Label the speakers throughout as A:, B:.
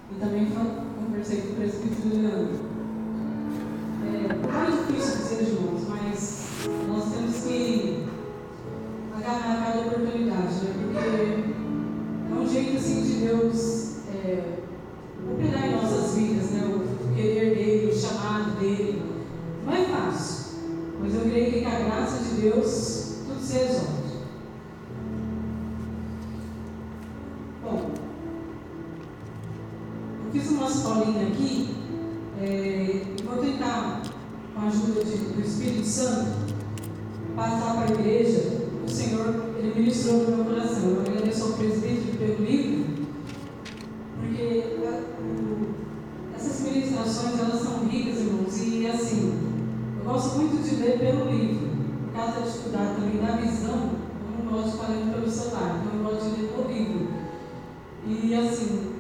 A: E também conversei com o presbítero Leandro. É difícil dizer, irmãos, mas nós temos que agarrar cada oportunidade, né? Porque é um jeito assim de Deus operar em nossas vidas, né? O querer dele, o chamado dele. Não é fácil, mas eu creio que com a graça de Deus tudo se resolve. Bom, eu fiz uma escolinha aqui, vou tentar, com a ajuda do Espírito Santo, passar para a igreja. O Senhor, Ele ministrou no meu coração. Eu agradeço ao presbítero pelo livro, porque essas ministrações, elas são ricas, irmãos, e assim, eu gosto muito de ler pelo livro. Por causa da dificuldade também da visão, eu não gosto de ficar lendo pelo celular, então eu gosto de ler pelo livro. E assim,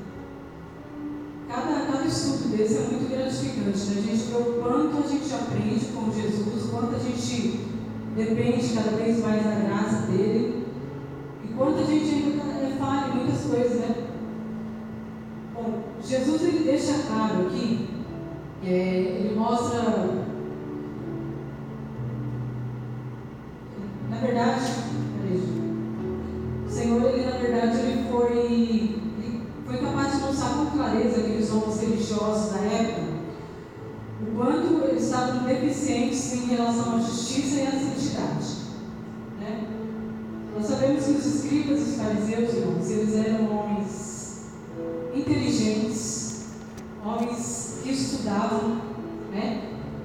A: cada estudo desse é muito gratificante, né? A gente vê o quanto a gente aprende com Jesus, o quanto a gente depende cada vez mais da graça dele, e quanto a gente ainda falha em muitas coisas, né? Bom, Jesus, ele deixa claro aqui, ele mostra, na verdade, o Senhor, ele na verdade, ele foi capaz de mostrar com clareza aqueles homens religiosos da época, o quanto eles estavam deficientes em relação à justiça e à santidade, né? Nós sabemos que os escribas e os fariseus, irmãos, eles eram homens inteligentes, homens que estudavam, né?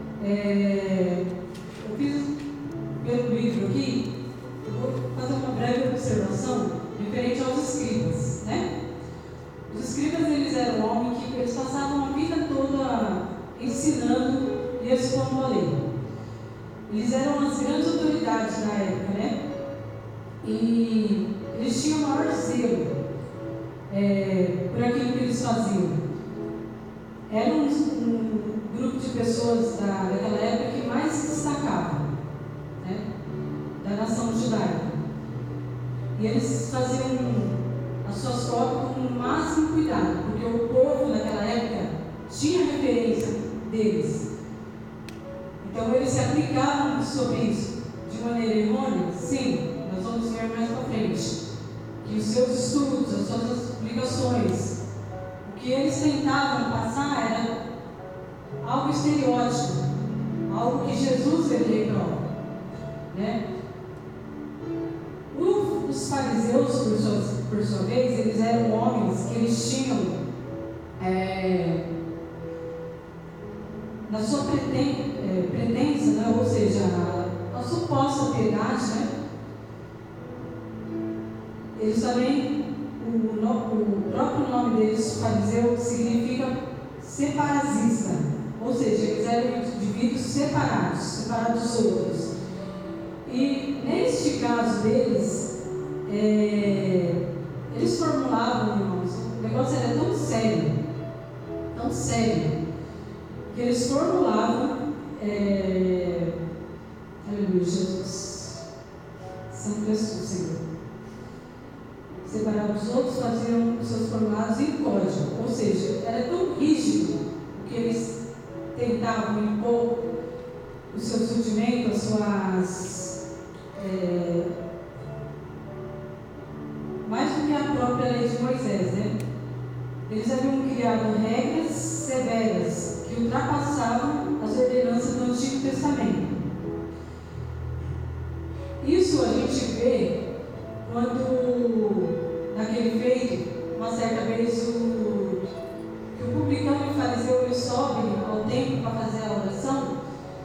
A: Eu fiz pelo livro aqui, eu vou fazer uma breve observação referente aos escribas, né? Os escribas, eles eram homens que eles passavam a vida toda ensinando e expondo a lei. Eles eram as grandes autoridades da época, né? E eles tinham o maior zelo por aquilo que eles faziam. Era um grupo de pessoas daquela época que mais se destacava, né? Da nação judaica. E eles faziam as suas provas com o máximo cuidado, porque o povo naquela época tinha referência deles. Então eles se aplicavam sobre isso de maneira errônea. Sim, nós vamos ver mais para frente que os seus estudos, as suas explicações, o que eles tentavam passar era algo estereótipo, algo que Jesus ele reprova, né? Os fariseus, por sua vez, eles eram homens que eles tinham na sua pretensão, né? Ou seja, a suposta piedade, né? Eles também, o próprio nome deles, fariseu, significa separatista, ou seja, eles eram indivíduos separados dos outros. E neste caso deles, eles formulavam, irmãos, o negócio era tão sério, que eles formulavam, aleluia, Jesus, Santo Jesus, Senhor, separavam os outros, faziam os seus formulados em código, ou seja, era tão rígido o que eles tentavam impor, os seus rudimentos, as suas mais do que a própria lei de Moisés, né? Eles haviam criado regras severas que ultrapassavam as ordenanças do Antigo Testamento. Isso a gente vê quando, naquele feito, uma certa vez que o publicano e o fariseu eles sobem ao templo para fazer a oração,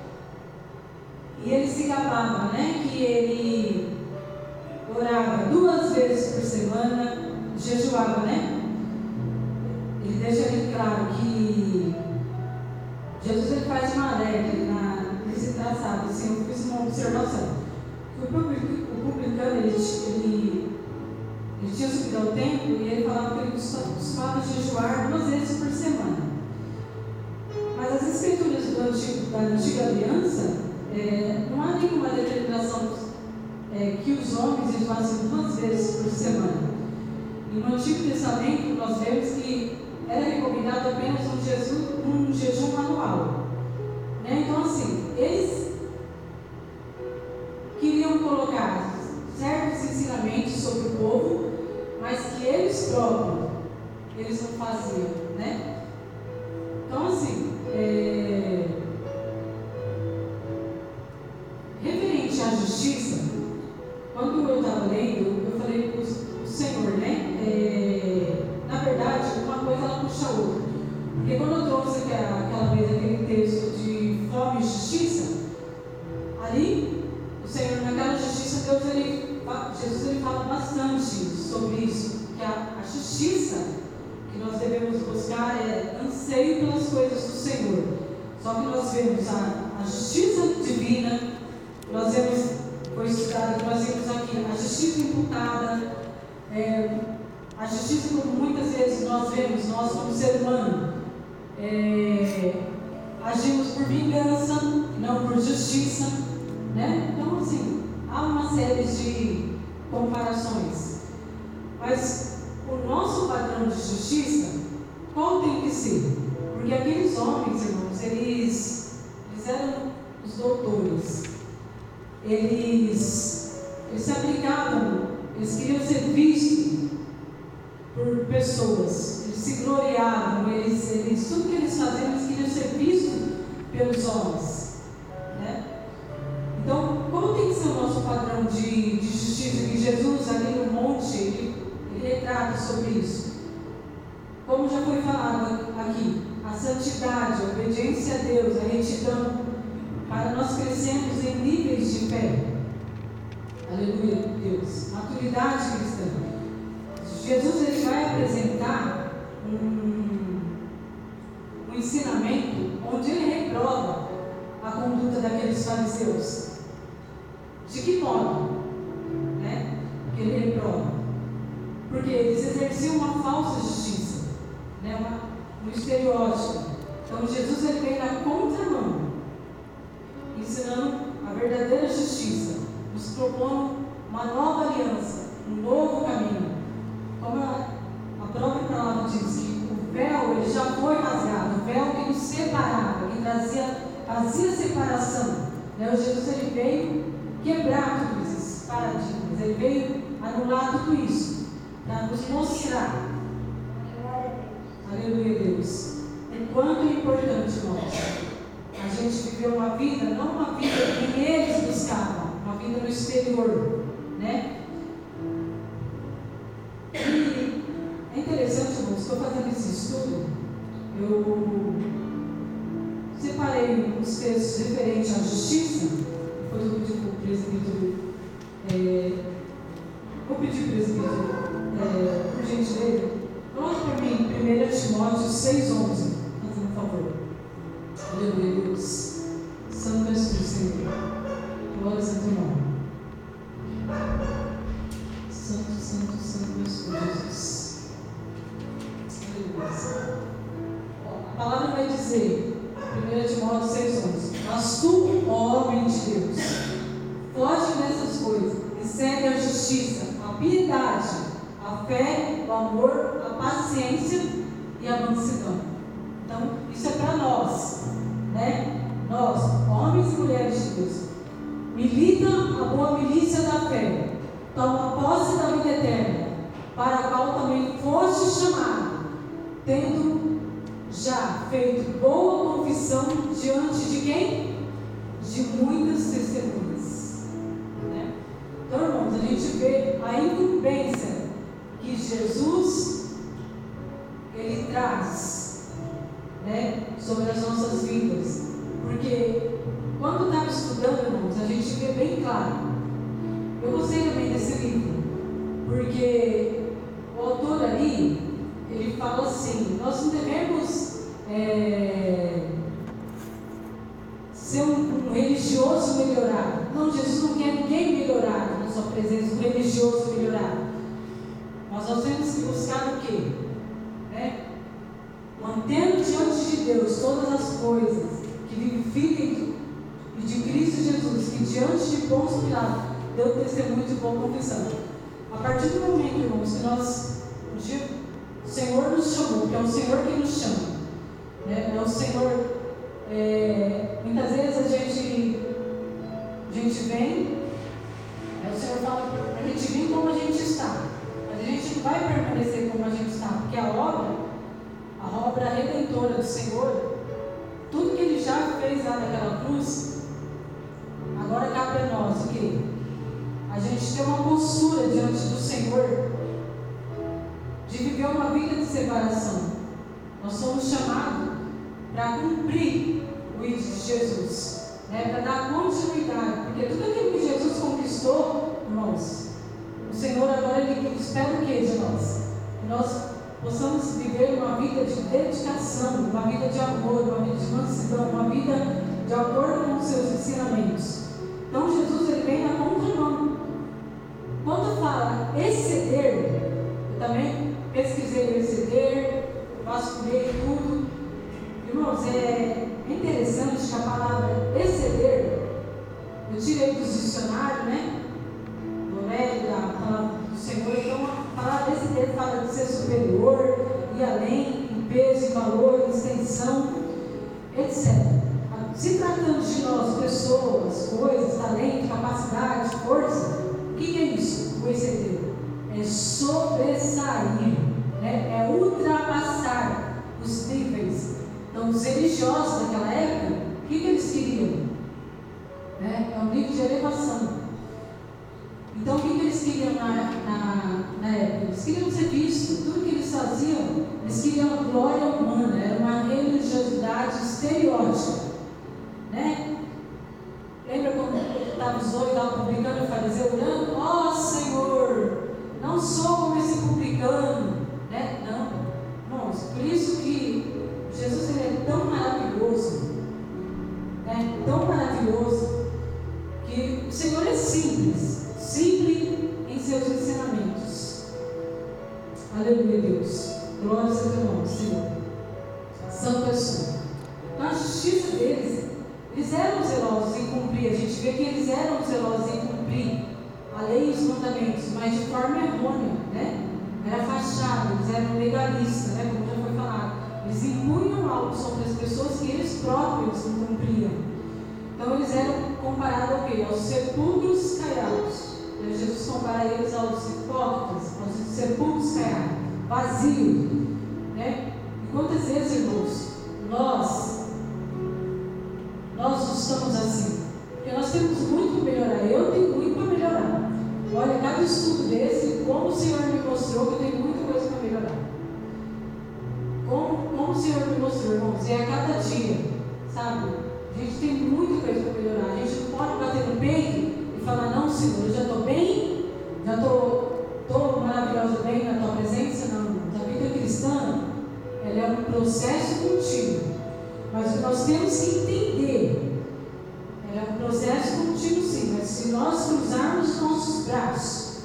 A: e ele se gabava, né? Que ele orava 2 vezes por semana, jejuava, né? Ele deixa bem claro que Jesus ele faz uma alerta nesse traçado. Assim, eu fiz uma observação. O publicano ele tinha subido ao templo e ele falava que ele costumava jejuar 2 vezes por semana. Mas as escrituras da antiga aliança, não há nenhuma determinação que os homens eles fazem 2 vezes por semana. E no Antigo Testamento nós vemos que era recomendado um jejum anual. Né? Então, assim, eles queriam colocar certos ensinamentos sobre o povo, mas que eles próprios, eles não faziam, né? Então, assim, referente à justiça, quando eu estava lendo, eu falei para o Senhor, né? Na verdade, uma coisa ela puxa a outra. Porque quando eu trouxe aquela vez aquele texto de fome e justiça, ali, o Senhor, naquela justiça, Jesus ele fala bastante sobre isso, que a justiça que nós devemos buscar é anseio pelas coisas do Senhor. Só que nós vemos a justiça divina, nós vemos, foi estudado, nós vemos aqui a justiça imputada, a justiça como muitas vezes nós vemos, nós como ser humano, agimos por vingança, não por justiça, né? Então, assim, há uma série de comparações. Mas o nosso padrão de justiça, qual tem que ser? Porque aqueles homens, irmãos, eles eram os doutores. Eles se aplicavam, eles queriam ser vistos por pessoas. Eles se gloriavam, tudo que eles faziam, eles queriam ser vistos pelos homens, né? Então, qual tem que ser o nosso padrão de justiça? Que Jesus, ali no monte, ele retrata sobre isso. Como já foi falado aqui, a santidade, a obediência a Deus, a retidão, para nós crescermos em níveis de fé. Aleluia, Deus. Maturidade cristã. Jesus ele vai apresentar um ensinamento onde ele reprova a conduta daqueles fariseus. De que modo? Né? Que ele reprova. Porque eles exerciam uma falsa justiça, né? Um estereótipo. Então Jesus ele vem na contramão, ensinando a verdadeira justiça, nos propondo uma nova aliança, um novo caminho. Como a própria palavra diz, que o véu ele já foi rasgado, o véu que nos separava, que fazia separação. Né? O Jesus ele veio quebrar todos esses paradigmas, ele veio anular tudo isso, para nos mostrar, aleluia Deus, o quanto é importante a gente viver uma vida, não uma vida que eles buscavam, uma vida no exterior, né? E é interessante, irmãos, estou fazendo esse estudo, eu separei uns textos referentes à justiça, depois eu pedi para o presbítero, vou pedir para o presbítero, por gentileza, coloque para mim 1 Timóteo 6,11, fazendo um favor. Aleluia, Deus. Santo és tu, Senhor. Glória a teu nome. Santo, santo, santo és tu, Jesus. Aleluia. A palavra vai dizer, 1 Timóteo 6,11: Mas tu, ó homem de Deus, foge dessas coisas e segue a justiça, a piedade, a fé, o amor, a paciência e a mansidão. Então, isso é para nós, né? Nós, homens e mulheres de Deus, milita a boa milícia da fé, toma posse da vida eterna, para a qual também foste chamado, tendo já feito boa confissão diante de quem? De muitas testemunhas, né? Então, irmãos, a gente vê a incumbência que Jesus ele traz, né, sobre as nossas vidas, porque quando estava estudando, irmãos, a gente vê bem claro. Eu gostei também desse livro, porque o autor ali ele fala assim: nós não devemos ser um religioso melhorado. Não, Jesus não quer ninguém melhorado na sua presença, um religioso melhorado. Mas nós temos que buscar o quê? Né? Mantendo diante de Deus todas as coisas que vivifiquem e de Cristo Jesus, que diante de Pôncio Pilatos deu testemunho de boa confissão. A partir do momento, irmãos, que o Senhor nos chamou, que é o Senhor que nos chama, né? O Senhor, muitas vezes a gente vem, o Senhor fala para a gente vir como a gente está, mas a gente não vai permanecer como a gente está, porque a obra redentora do Senhor, tudo que Ele já fez lá naquela cruz, agora cabe a nós o quê? A gente ter uma postura diante do Senhor, de viver uma vida de separação. Nós somos chamados para cumprir o ID de Jesus, né? Para dar continuidade, porque tudo aquilo que Jesus conquistou, irmãos, o Senhor agora Ele espera o que de nós? Que nós possamos viver uma vida de dedicação, uma vida de amor, uma vida de mansidão, uma vida de acordo com os seus ensinamentos. Então Jesus Ele vem na contramão. Quando fala exceder, eu também pesquisei o exceder, vasculhei tudo. Irmãos, é interessante que a palavra exceder, eu tirei dos dicionários, né? Do Lélio, da palavra do Senhor. Então a palavra exceder fala de ser superior, ir além, em peso, em valor, em extensão, etc. Se tratando de nós, pessoas, coisas, talento, capacidade, força, o que é isso? O exceder é sobressair, né? É ultrapassar os níveis. Então, os religiosos daquela época, o que eles queriam? Né? É um nível de elevação. Então, o que eles queriam na época? Eles queriam ser vistos. Tudo que eles faziam, eles queriam a glória humana. Era uma religiosidade estereótica, né? Lembra quando estava os dois lá, publicano e fariseu, orando? Ó Senhor, não sou como esse publicano, né? Não, irmãos, por isso que Jesus Ele é tão maravilhoso, né? Tão maravilhoso, que o Senhor é simples em seus ensinamentos. Aleluia, Deus. Glória a Deus, irmãos, Senhor. São pessoas. Então a justiça deles, eles eram zelosos em cumprir. A gente vê que eles eram zelosos em cumprir a lei e os mandamentos, mas de forma errônea, né? Era fachada, eles eram legalistas, né? Como já foi falado. Eles impunham algo sobre as pessoas que eles próprios não cumpriam. Então eles eram comparados ao quê? Aos sepulcros caiados. Jesus compara eles aos hipócritas, aos sepulcros caiados, vazios, né? E quantas vezes, irmãos, nós estamos assim? Porque nós temos muito para melhorar. Eu tenho muito para melhorar. Olha, cada estudo desse, como o Senhor me mostrou que eu tenho muita coisa para melhorar. Como o Senhor me mostrou, irmãos, e a cada dia, sabe? A gente tem muita coisa para melhorar. A gente não pode bater no peito e falar, não, Senhor, eu já estou bem, já estou maravilhosa bem na tua presença. Não, a vida cristã, ela é um processo contínuo. Mas o que nós temos que entender, ela é um processo contínuo sim, mas se nós cruzarmos nossos braços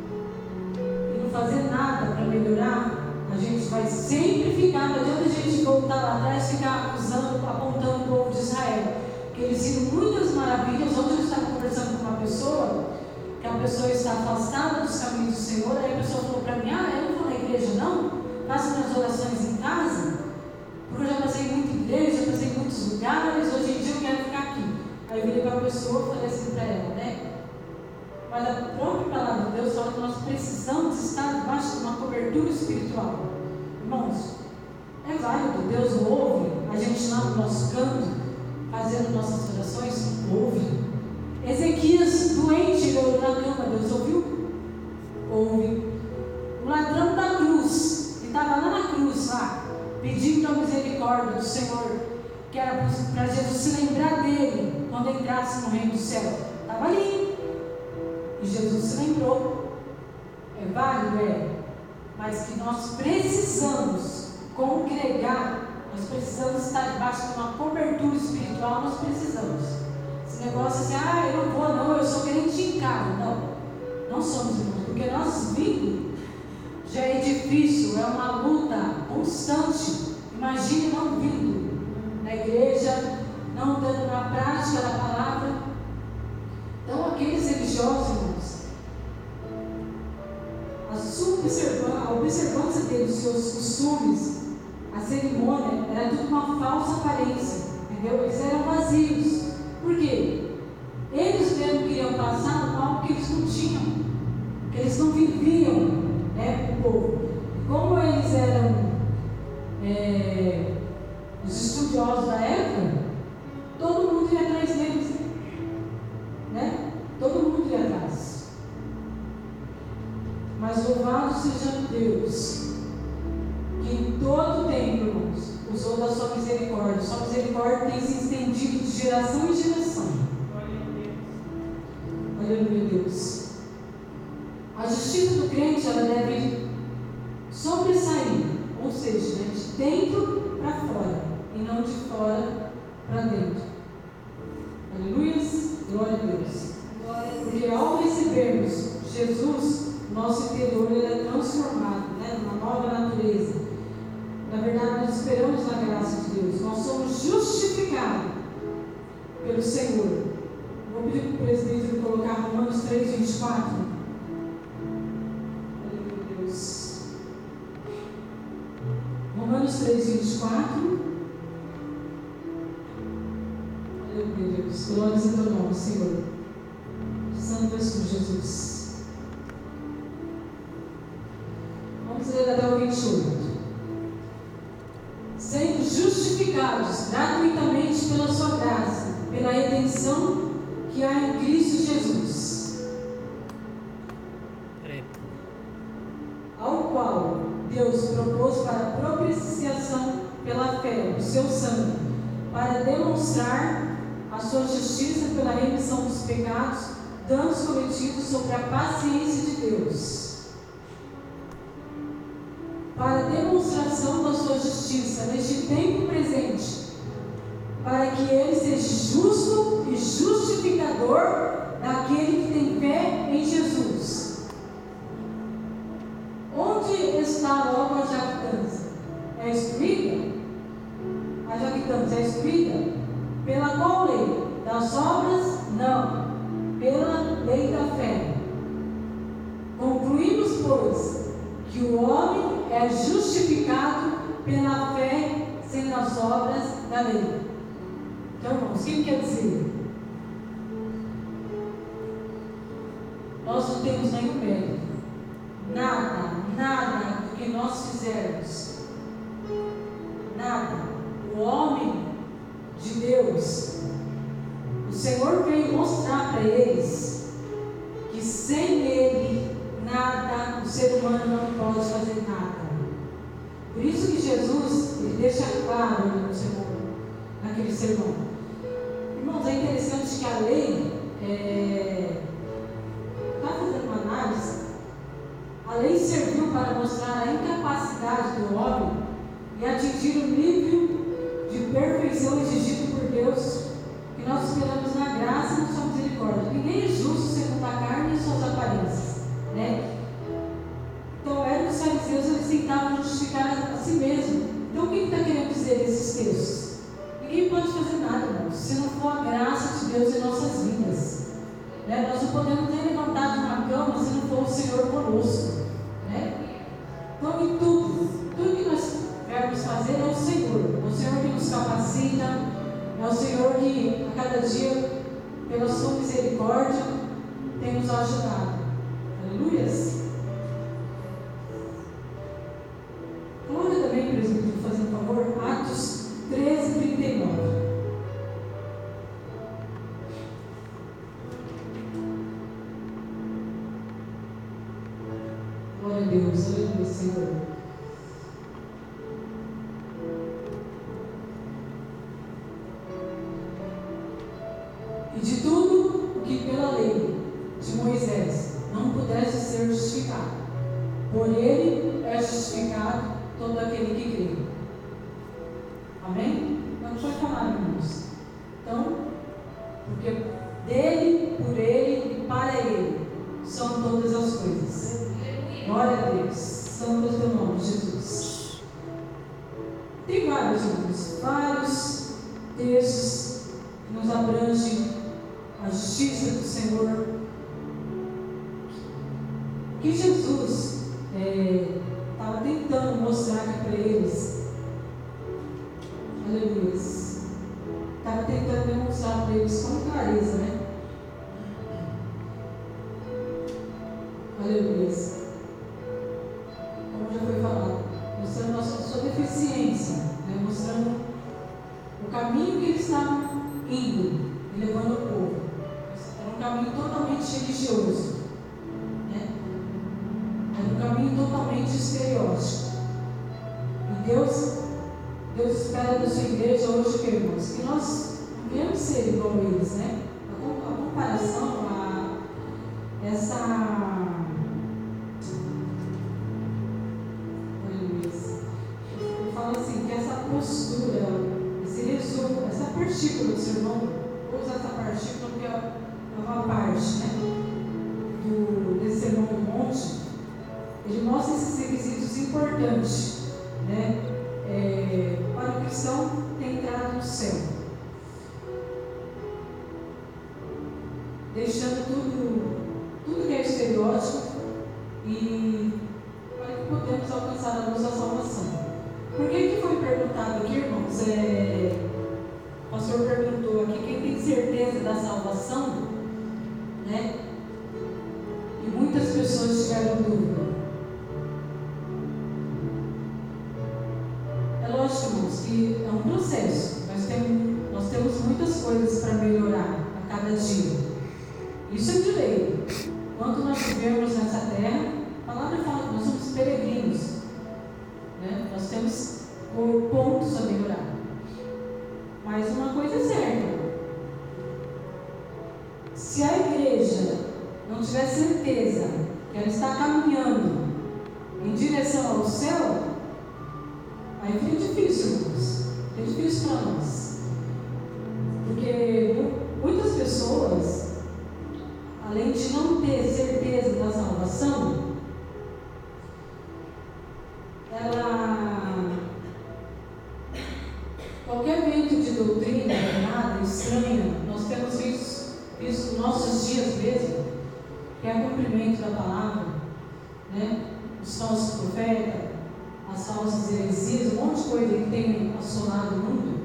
A: e não fazer nada para melhorar, a gente vai sempre ficar, não adianta a gente voltar lá atrás e ficar acusando, apontando o povo de Israel, porque eles viram muitas maravilhas. Ontem eu estava conversando com uma pessoa, que a pessoa está afastada dos caminhos do Senhor, aí a pessoa falou para mim, eu não vou na igreja não, faço minhas orações em casa, porque eu já passei em muita igreja, já passei em muitos lugares, hoje em dia eu quero ficar aqui. Aí eu virei para a pessoa e falei assim para ela, né? Mas a própria palavra de Deus fala que nós precisamos estar debaixo de uma cobertura espiritual. Irmãos, é válido, Deus ouve a gente lá no nosso canto, fazendo nossas orações, ouve. Ezequias, doente, ele orou na cama, Deus ouviu? Ouve. O ladrão da cruz, que estava lá na cruz, lá, pedindo a misericórdia do Senhor, que era para Jesus se lembrar dele quando entrasse no reino do céu. Estava ali. E Jesus se lembrou. É válido? É. Mas que nós precisamos congregar, nós precisamos estar debaixo de uma cobertura espiritual, nós precisamos. Esse negócio assim, eu não vou não, eu sou crente em casa. Não somos, irmãos, porque nós vivemos. Já é difícil, é uma luta constante. Imagine não vindo na igreja, não dando na prática da palavra. Então, aqueles religiosos, irmãos, a observância deles, dos seus costumes, a cerimônia era tudo uma falsa aparência, entendeu? Eles eram vazios. Por quê? Eles mesmo queriam passar algo que eles não tinham, que eles não viviam, né, com o povo. E como eles eram os estudiosos da época, todo mundo ia atrás deles, né? Todo mundo ia atrás. Mas louvado seja Deus, que em todo tempo, irmãos, usou da sua misericórdia. Sua misericórdia tem se estendido de geração em geração. Aleluia, Deus. A justiça do crente, ela deve sobressair, ou seja, de dentro para fora, e não de fora para dentro. Aleluia, glória a Deus. Porque ao recebermos Jesus, nosso interior ele é transformado, né, numa nova natureza. Na verdade, nós esperamos na graça de Deus. Nós somos justificados pelo Senhor. Vou pedir para o presbítero colocar Romanos 3, 24. Aleluia, Deus. Romanos 3, 24. Aleluia, Deus. Glórias em teu nome, Senhor. Santo és tu, Jesus. Vamos ler até o 28. Sendo justificados gratuitamente pela sua graça, pela redenção que há em Cristo Jesus, ao qual Deus propôs para propiciação pela fé do seu sangue, para demonstrar a sua justiça pela remissão dos pecados, danos cometidos sobre a paciência de Deus, para demonstração da sua justiça neste tempo presente, para que ele seja justo e justificador daquele que tem fé em Jesus. Onde está logo a jactância? É excluída? A jactância é excluída? Pela qual lei? Das obras? Não. Pela lei da fé. Concluímos, pois, que o homem é justificado pela fé sem as obras da lei. Então, irmãos, o que quer dizer? Nós não temos nenhum mérito. Nada do que nós fizermos. Nada. O homem de Deus, o Senhor veio mostrar para eles que sem Ele, nada, o ser humano não pode fazer nada. Por isso que Jesus, ele deixa claro no sermão, naquele sermão. Irmãos, é interessante que a lei, está fazendo uma análise, a lei serviu para mostrar a incapacidade do homem e atingir o nível de perfeição exigido por Deus, que nós esperamos na graça e na sua misericórdia. Ninguém é justo segundo a carne e suas aparências, né? Então, era que os fariseus eles tentavam justificar a si mesmo. Então, o que está querendo dizer esses textos? Ninguém pode fazer nada, irmãos, se não for a graça de Deus em nossas vidas, né? Nós não podemos nem levantar de uma cama se não for o Senhor conosco, né? Então, em tudo que nós devemos fazer é o Senhor que nos capacita, é o Senhor que a cada dia, pela sua misericórdia, tem nos ajudado. Aleluias. Coloca também, presbítero, fazendo um favor, Atos 13, 39. Glória a Deus, aleluia, Senhor. E de tudo o que pela lei de Moisés não pudesse ser justificado, por ele é justificado todo aquele que crê. Amém? Não foi falar, irmãos. Então, porque dele, por ele e para ele são todas as coisas. Glória a Deus. Santo é o teu nome, Jesus. Tem vários, irmãos, vários textos que nos abrangem a justiça do Senhor, que Jesus estava tentando mostrar aqui para eles, paciência, né, mostrando o caminho que eles estavam indo e levando o povo. Era um caminho totalmente religioso, né? Era um caminho totalmente estereótipo. E Deus espera da sua igreja hoje, irmãos, que nós não queremos ser igual a eles, né? A comparação, eu falo assim, que essa postura, esse resumo, essa partícula do sermão, vou usar essa partícula porque é uma parte, né, desse sermão do monte, ele mostra esses requisitos importantes, né, para o cristão ter entrado no céu. Deixando tudo que é estereótipo e para que podemos alcançar a nossa salvação. Por que foi perguntado aqui, irmãos? O pastor perguntou aqui quem tem certeza da salvação, né? E muitas pessoas tiveram dúvida. É lógico, irmãos, que é um processo. Nós temos muitas coisas para melhorar a cada dia. Isso é de lei. Quando nós vivemos nessa terra, a palavra fala que nós somos peregrinos, né? Nós temos pontos a melhorar. Mas uma coisa é certa: se a igreja não tiver certeza que ela está caminhando em direção ao céu, aí fica difícil, irmãos. Fica difícil para nós. Porque muitas pessoas, além de não ter certeza da salvação, qualquer vento de doutrina errada, estranha, nós temos visto nos nossos dias mesmo, que é cumprimento da palavra, né? Os falsos profetas, as falsas heresias, um monte de coisa que tem assolado o mundo.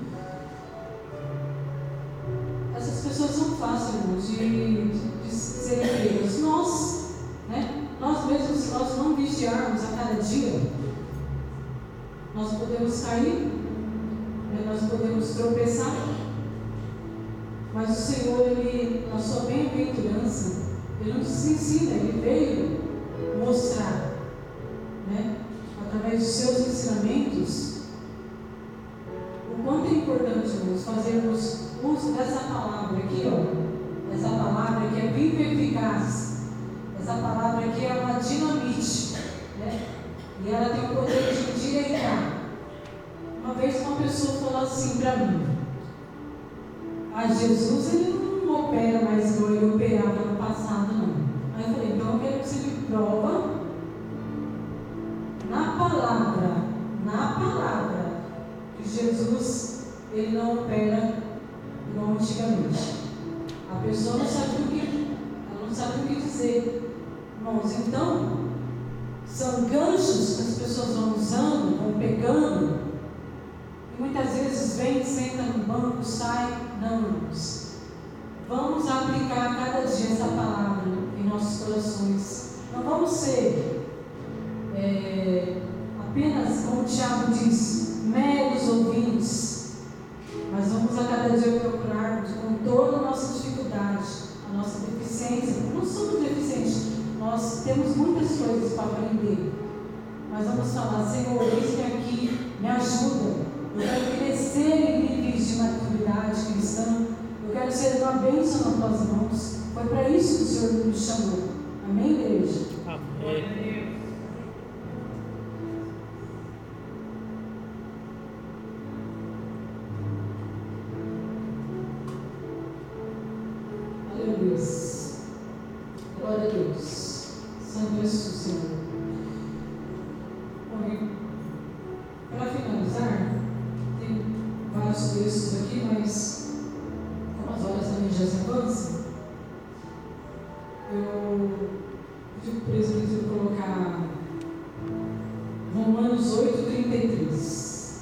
A: Essas pessoas são fáceis, irmãos, de serem pregas. Nós, né? Nós mesmos, se nós não vigiarmos a cada dia, nós podemos cair, né? Nós podemos tropeçar, mas o Senhor, Ele, na sua bem-aventurança, Ele nos ensina, Ele veio mostrar, né? Através dos seus ensinamentos, o quanto é importante, irmãos, fazermos uso dessa palavra aqui, ó. Essa palavra que é viva e eficaz. Essa palavra aqui é uma dinamite, né? E ela tem o poder de endireitar. Uma vez uma pessoa falou assim para mim: Jesus, ele não opera mais igual ele operava no passado, não. Aí eu falei: então eu quero que você me prova na palavra, que Jesus, ele não opera igual antigamente. A pessoa não sabia o que dizer. Irmãos, então, são ganchos que as pessoas vão usando, vão pegando, e muitas vezes vem, senta no banco, sai. Não, irmãos. Vamos aplicar cada dia essa palavra em nossos corações. Não vamos ser apenas, como o Tiago diz, meros ouvintes, mas vamos a cada dia procurar, com toda a nossa dificuldade, a nossa deficiência. Não somos deficientes, nós temos muitas coisas para aprender, mas vamos falar: Senhor, eis-me aqui, me ajuda. Eu quero crescer em níveis de maturidade cristã. Eu quero ser uma bênção nas tuas mãos. Foi para isso que o Senhor nos chamou. Amém, igreja?
B: Amém.
A: Aleluia. Glória a Deus. Santo Jesus, Senhor. Para finalizar, tem vários textos aqui, mas como as horas também já se avançam, eu pedi para o presbítero colocar Romanos 8:33.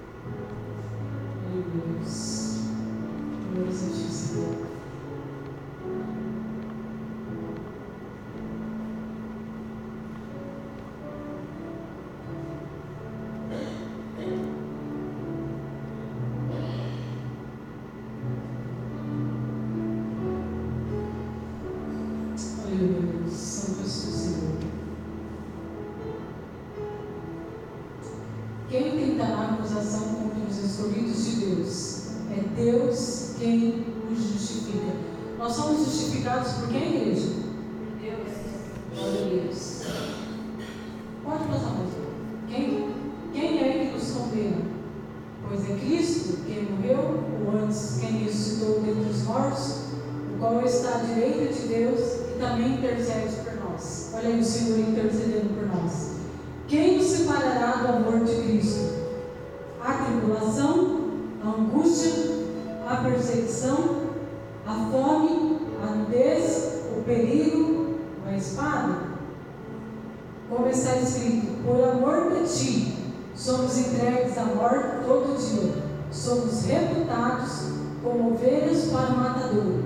A: Meu Deus. Glória Santíssima. Quem tentará acusação contra os escolhidos de Deus? É Deus quem os justifica. Nós somos justificados por quem, igreja? Deus. Glória a Deus. Pode passar mais. Quem é que nos condena? Pois é Cristo quem morreu, ou antes quem ressuscitou dentre os mortos, o qual está à direita de Deus e também intercede por nós. Olha aí o Senhor intercedendo por nós. Quem nos separará do amor de Cristo? A tribulação, a angústia, a perseguição, a fome, a nudez, o perigo, a espada? Como está escrito, por amor de ti, somos entregues à morte todo dia, somos reputados como ovelhas para o matador.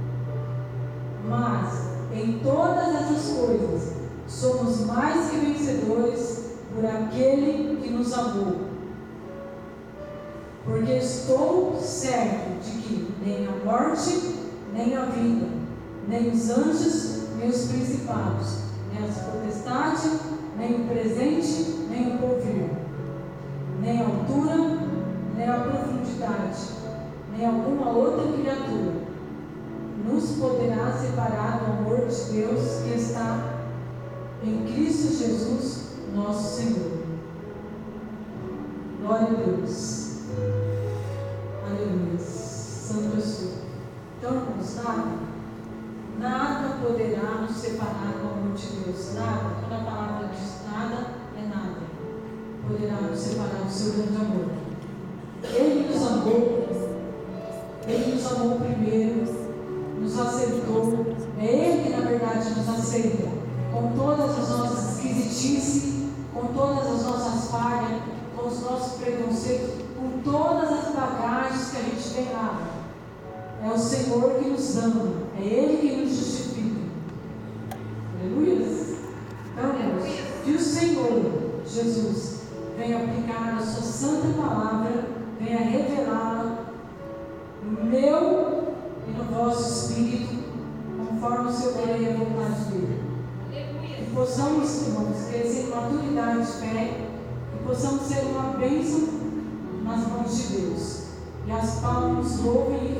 A: Mas, em todas essas coisas, somos mais que vencedores por aquele que nos amou. Porque estou certo de que nem a morte, nem a vida, nem os anjos, nem os principados, nem as potestades, nem o presente, nem o porvir, nem a altura, nem a profundidade, nem alguma outra criatura nos poderá separar do amor de Deus que está em Cristo Jesus, nosso Senhor. Glória a Deus. Aleluia. Santo Jesus. Então, irmãos, nada poderá nos separar do amor de Deus. Nada. Quando a palavra diz nada, é nada. Poderá nos separar do seu grande amor. Ele nos amou. Ele nos amou primeiro. Nos aceitou. É Ele que, na verdade, nos aceita. Com todas as nossas esquisitices, com todas as nossas falhas, com os nossos preconceitos, com todas as bagagens que a gente tem lá. É o Senhor que nos ama, é Ele que nos justifica. Aleluia. Então, Deus, que o Senhor Jesus venha aplicar a sua santa palavra, venha revelá-la no meu e no vosso espírito, conforme o seu querer e a vontade dele. Que possamos, irmãos, crescer em maturidade de fé, que possamos ser uma bênção nas mãos de Deus. E as palmas louvem